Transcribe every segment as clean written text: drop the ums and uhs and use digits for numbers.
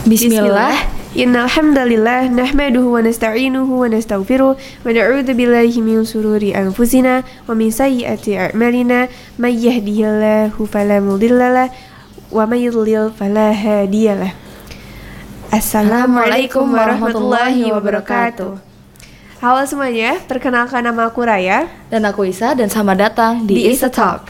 Bismillah. Innal hamdalillah nahmaduhu wa nasta'inuhu wa nastaghfiruh wa na'udzu billahi min shururi anfusina wa min sayyiati a'malina may yahdihillahu fala mudhillalah wa may yudlil fala hadiyalah. Assalamualaikum warahmatullahi wabarakatuh. Halo semuanya, perkenalkan nama aku Raya Dan aku Isa, dan selamat datang di Isa Talk.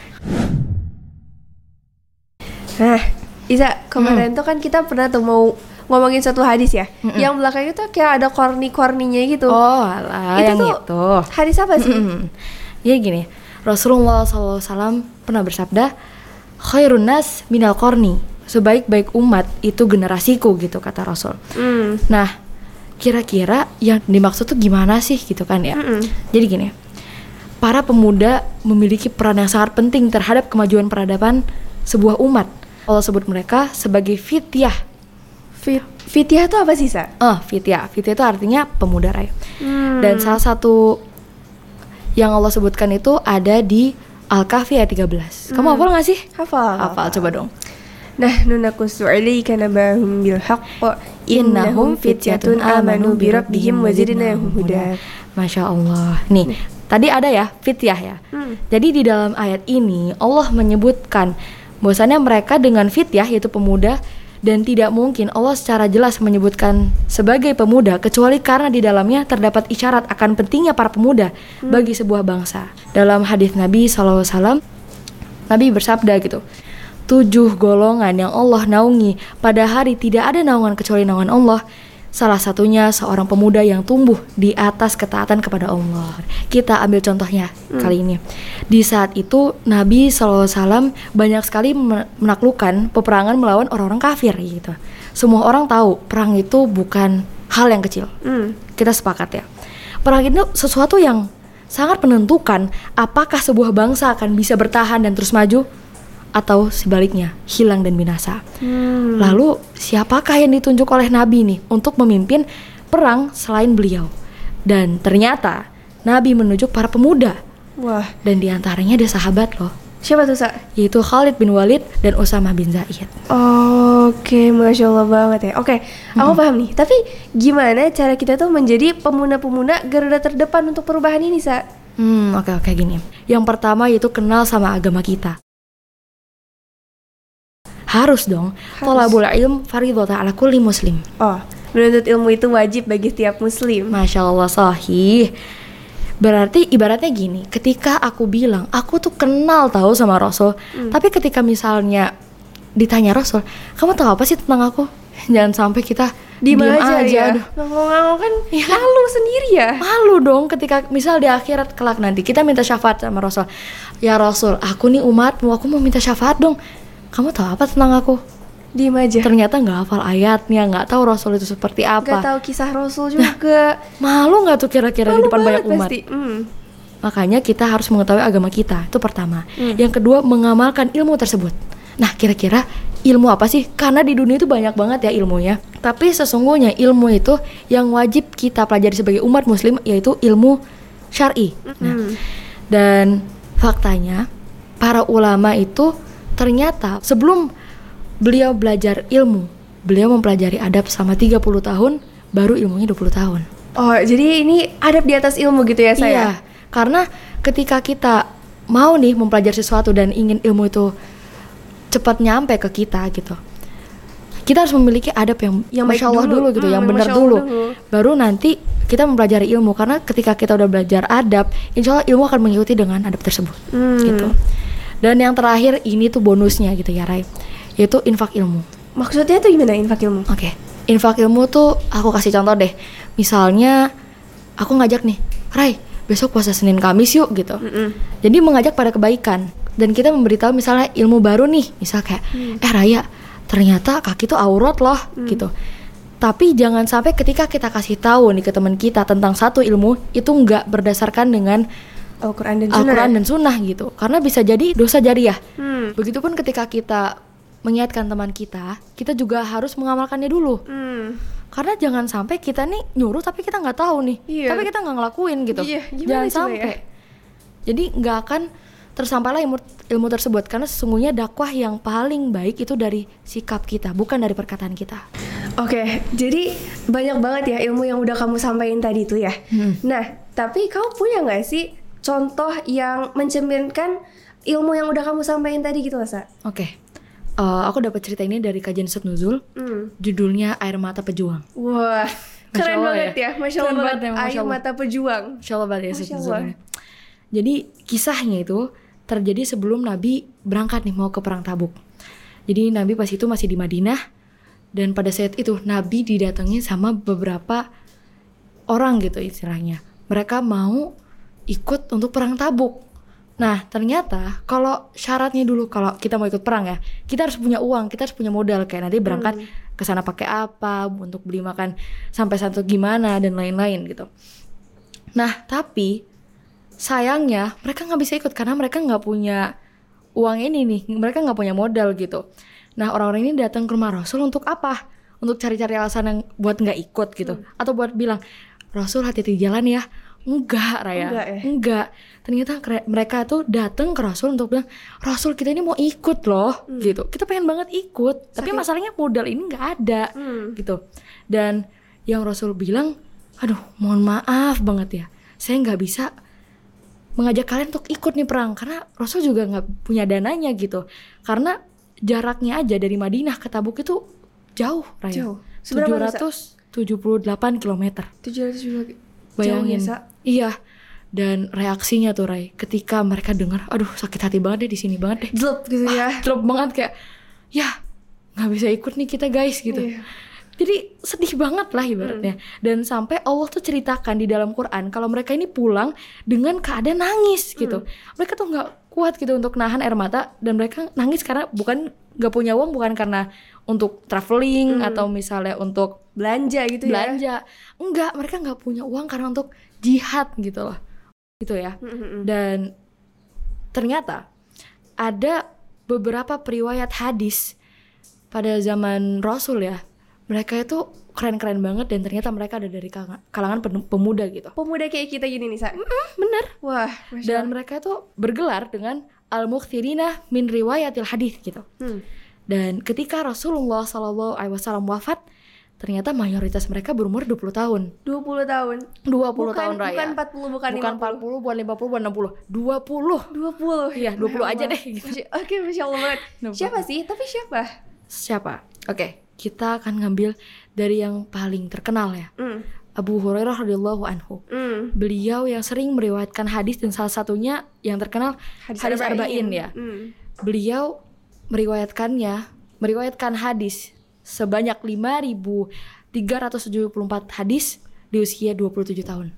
Nah, Isa, kemarin tuh kan kita pernah tuh mau ngomongin satu hadis ya, yang belakangnya tuh kayak ada korni-korninya gitu. Oh alah, itu yang tuh itu hadis apa sih? Ya gini, Rasulullah SAW pernah bersabda, khairun nas minal korni, sebaik-baik umat itu generasiku gitu, kata Rasul. Nah, kira-kira yang dimaksud tuh gimana sih gitu kan ya. Jadi gini, para pemuda memiliki peran yang sangat penting terhadap kemajuan peradaban sebuah umat. Allah sebut mereka sebagai fityah. Fityah itu apa sih, Sa? Fityah itu artinya pemuda, Ray. Dan salah satu yang Allah sebutkan itu ada di Al-Kahfi ayat 13. Kamu hafal gak sih? Hafal, coba dong. Nahnu naqussu 'alaika nabahum bil haqq innahum fityatun amanu bi rabbihim wa zidnahum huda. Masya Allah. Nih, tadi ada ya fityah ya. Jadi di dalam ayat ini Allah menyebutkan bahwasannya mereka dengan fityah, yaitu pemuda, dan tidak mungkin Allah secara jelas menyebutkan sebagai pemuda kecuali karena di dalamnya terdapat isyarat akan pentingnya para pemuda bagi sebuah bangsa. Dalam hadis Nabi SAW, Nabi bersabda gitu, 7 golongan yang Allah naungi pada hari tidak ada naungan kecuali naungan Allah. Salah satunya seorang pemuda yang tumbuh di atas ketaatan kepada Allah. Kita ambil contohnya kali ini. Di saat itu Nabi SAW banyak sekali menaklukkan peperangan melawan orang-orang kafir gitu. Semua orang tahu perang itu bukan hal yang kecil. Kita sepakat ya. Perang itu sesuatu yang sangat menentukan apakah sebuah bangsa akan bisa bertahan dan terus maju, atau sebaliknya hilang dan binasa. Lalu siapakah yang ditunjuk oleh Nabi nih untuk memimpin perang selain beliau? Dan ternyata Nabi menunjuk para pemuda. Wah. Dan diantaranya ada sahabat loh. Siapa tuh, Sa? Yaitu Khalid bin Walid dan Usamah bin Zaid. Oke, Masya Allah banget ya. Oke, aku paham nih. Tapi gimana cara kita tuh menjadi pemuda-pemuda garda terdepan untuk perubahan ini, Sa? Oke, gini. Yang pertama yaitu kenal sama agama kita. Harus dong. Thalabul ilm fardhatun ala kulli muslim. Menuntut ilmu itu wajib bagi setiap muslim. Masya Allah, sahih. Berarti ibaratnya gini, ketika aku bilang aku tuh kenal tahu sama Rasul, tapi ketika misalnya ditanya Rasul, kamu tahu apa sih tentang aku? Jangan sampai kita diem aja ya. Ngomong-ngomong kan ya, malu sendiri ya. Malu dong ketika misal di akhirat kelak nanti kita minta syafaat sama Rasul. Ya Rasul, aku nih umatmu, aku mau minta syafaat dong. Kamu tahu apa tentang aku? Diem aja. Ternyata nggak hafal ayatnya, nggak tahu Rasul itu seperti apa. Nggak tahu kisah Rasul juga. Malu nggak tuh kira-kira di depan banyak umat? Pasti. Makanya kita harus mengetahui agama kita, itu pertama. Yang kedua, mengamalkan ilmu tersebut. Nah, kira-kira ilmu apa sih? Karena di dunia itu banyak banget ya ilmunya. Tapi sesungguhnya ilmu itu yang wajib kita pelajari sebagai umat muslim yaitu ilmu syar'i. Dan faktanya para ulama itu ternyata sebelum beliau belajar ilmu, beliau mempelajari adab selama 30 tahun, baru ilmunya 20 tahun. Oh, jadi ini adab di atas ilmu gitu ya, saya? Iya, karena ketika kita mau nih mempelajari sesuatu dan ingin ilmu itu cepat nyampe ke kita gitu, kita harus memiliki adab yang Masya Allah dulu gitu, yang benar dulu. Baru nanti kita mempelajari ilmu, karena ketika kita udah belajar adab, insya Allah ilmu akan mengikuti dengan adab tersebut gitu. Dan yang terakhir ini tuh bonusnya gitu ya, Ray, yaitu infak ilmu. Maksudnya tuh gimana infak ilmu? Oke. Infak ilmu tuh aku kasih contoh deh. Misalnya aku ngajak nih, Ray, besok puasa Senin Kamis yuk gitu. Jadi mengajak pada kebaikan. Dan kita memberitahu misalnya ilmu baru nih, misal kayak Raya, ternyata kaki tuh aurat loh gitu. Tapi jangan sampai ketika kita kasih tahu nih ke teman kita tentang satu ilmu itu nggak berdasarkan dengan Al-Quran dan Sunnah gitu, karena bisa jadi dosa jariah. Begitupun ketika kita mengingatkan teman kita juga harus mengamalkannya dulu. Karena jangan sampai kita nih nyuruh tapi kita nggak tahu nih, tapi kita nggak ngelakuin gitu. Jangan sampai. Jadi nggak akan tersampailah ilmu tersebut, karena sesungguhnya dakwah yang paling baik itu dari sikap kita, bukan dari perkataan kita. Oke, jadi banyak banget ya ilmu yang udah kamu sampaikan tadi itu ya. Nah, tapi kamu punya nggak sih contoh yang mencerminkan ilmu yang udah kamu sampaikan tadi gitu, Sa? Oke. Aku dapat cerita ini dari kajian Ustadz Nuzul. Judulnya Air Mata Pejuang. Wah, keren banget ya. Masya Allah banget ya, Masya Air Allah. Mata Pejuang. Masya Allah banget ya Ustadz Masya Nuzul Allah. ini. Jadi kisahnya itu terjadi sebelum Nabi berangkat nih mau ke perang Tabuk. Jadi Nabi pas itu masih di Madinah. Dan pada saat itu Nabi didatangi sama beberapa orang gitu istilahnya. Mereka mau ikut untuk perang Tabuk. Nah ternyata kalau syaratnya dulu kalau kita mau ikut perang ya, kita harus punya uang, kita harus punya modal. Kayak nanti berangkat ke sana pakai apa, untuk beli makan sampai satu gimana dan lain-lain gitu. Nah tapi sayangnya mereka nggak bisa ikut karena mereka nggak punya uang ini nih, mereka nggak punya modal gitu. Nah orang-orang ini datang ke rumah Rasul untuk apa? Untuk cari-cari alasan yang buat nggak ikut gitu, atau buat bilang Rasul hati-hati di jalan ya. Enggak Raya, enggak. Ternyata mereka tuh datang ke Rasul untuk bilang Rasul kita ini mau ikut loh gitu. Kita pengen banget ikut, tapi masalahnya modal ini nggak ada gitu. Dan yang Rasul bilang, aduh mohon maaf banget ya, saya nggak bisa mengajak kalian untuk ikut nih perang karena Rasul juga nggak punya dananya gitu. Karena jaraknya aja dari Madinah ke Tabuk itu jauh, Raya. Jauh. Seberapa 778 km. 700. Bayangin. Jauh ya, Sa? Iya. Dan reaksinya tuh Ray, ketika mereka dengar, aduh sakit hati banget deh di sini banget deh. Drop gitu ya. Drop banget kayak, ya nggak bisa ikut nih kita guys gitu. Iya. Jadi sedih banget lah ibaratnya. Dan sampai Allah tuh ceritakan di dalam Quran kalau mereka ini pulang dengan keadaan nangis gitu. Mereka tuh nggak kuat gitu untuk nahan air mata dan mereka nangis karena bukan nggak punya uang, bukan karena untuk traveling atau misalnya untuk Belanja gitu belanja. Enggak, mereka nggak punya uang karena untuk jihad gitu loh. Gitu ya. Dan ternyata ada beberapa periwayat hadis pada zaman Rasul ya. Mereka itu keren-keren banget dan ternyata mereka ada dari kalangan pemuda gitu. Pemuda kayak kita gini nih, Sa. Bener. Wah, Masya Dan mereka itu bergelar dengan al-mukthirina min riwayatil hadis gitu. Dan ketika Rasulullah SAW wafat, ternyata mayoritas mereka berumur 20 tahun. 20 tahun. 20 tahun Raya. Bukan 40, bukan 40, bukan 50, bukan 60. 20. 20. Iya, 20 aja deh gitu. Oke, Masya Allah banget. 20. Siapa sih? Tapi siapa? Oke, kita akan ngambil dari yang paling terkenal ya. Abu Hurairah radhiyallahu anhu. Beliau yang sering meriwayatkan hadis dan salah satunya yang terkenal hadis arba'in ya. Beliau meriwayatkan hadis sebanyak 5.374 hadis di usia 27 tahun.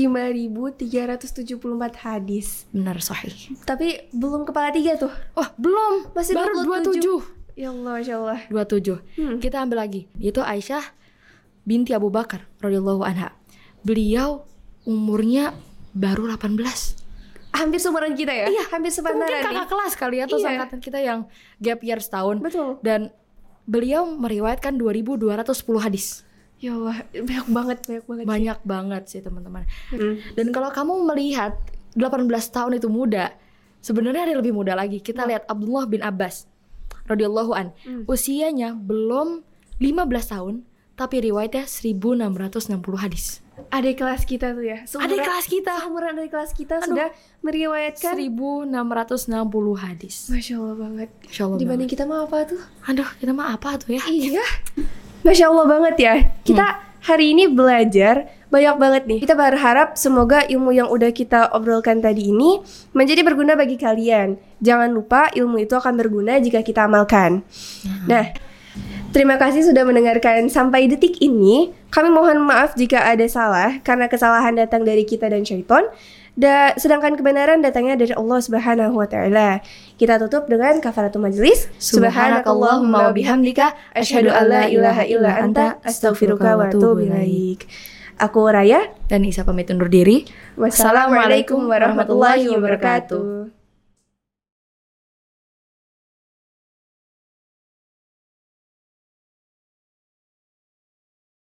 5.374 hadis. Benar, sahih. Tapi belum kepala 3 tuh. Oh, belum. Masih baru 27. Ya Allah, Masya Allah. 27. Kita ambil lagi. Yaitu Aisyah binti Abu Bakar radhiyallahu anha. Beliau umurnya baru 18. Hampir seumuran kita ya? Iya, hampir sepantaran mungkin kakak nih. kelas kali ya, atau Iya. angkatan kita yang gap year setahun. Betul. Dan beliau meriwayatkan 2.210 hadis. Ya Allah, banyak banget sih. Banyak banget sih teman-teman. Dan kalau kamu melihat 18 tahun itu muda, sebenarnya ada yang lebih muda lagi. Kita lihat Abdullah bin Abbas radhiyallahu an. Usianya belum 15 tahun, tapi riwayatnya 1.660 hadis. Adik kelas kita tuh ya. Adik kelas kita. Seumuran adik kelas kita sudah meriwayatkan 1.660 hadis. Masya Allah banget. Masya Allah Dibanding kita mah apa tuh? Aduh, kita mah apa tuh ya? Iya. Masya Allah banget ya. Kita hari ini belajar banyak banget nih. Kita berharap semoga ilmu yang udah kita obrolkan tadi ini menjadi berguna bagi kalian. Jangan lupa ilmu itu akan berguna jika kita amalkan. Nah, terima kasih sudah mendengarkan sampai detik ini. Kami mohon maaf jika ada salah karena kesalahan datang dari kita dan syaitan. Sedangkan kebenaran datangnya dari Allah Subhanahu wa taala. Kita tutup dengan kafaratul majlis. Subhanakallahumma wa bihamdika asyhadu an la ilaha illa anta astaghfiruka wa atubu ilaik. Aku Raya dan Isa pamit undur diri. Wassalamualaikum warahmatullahi wabarakatuh.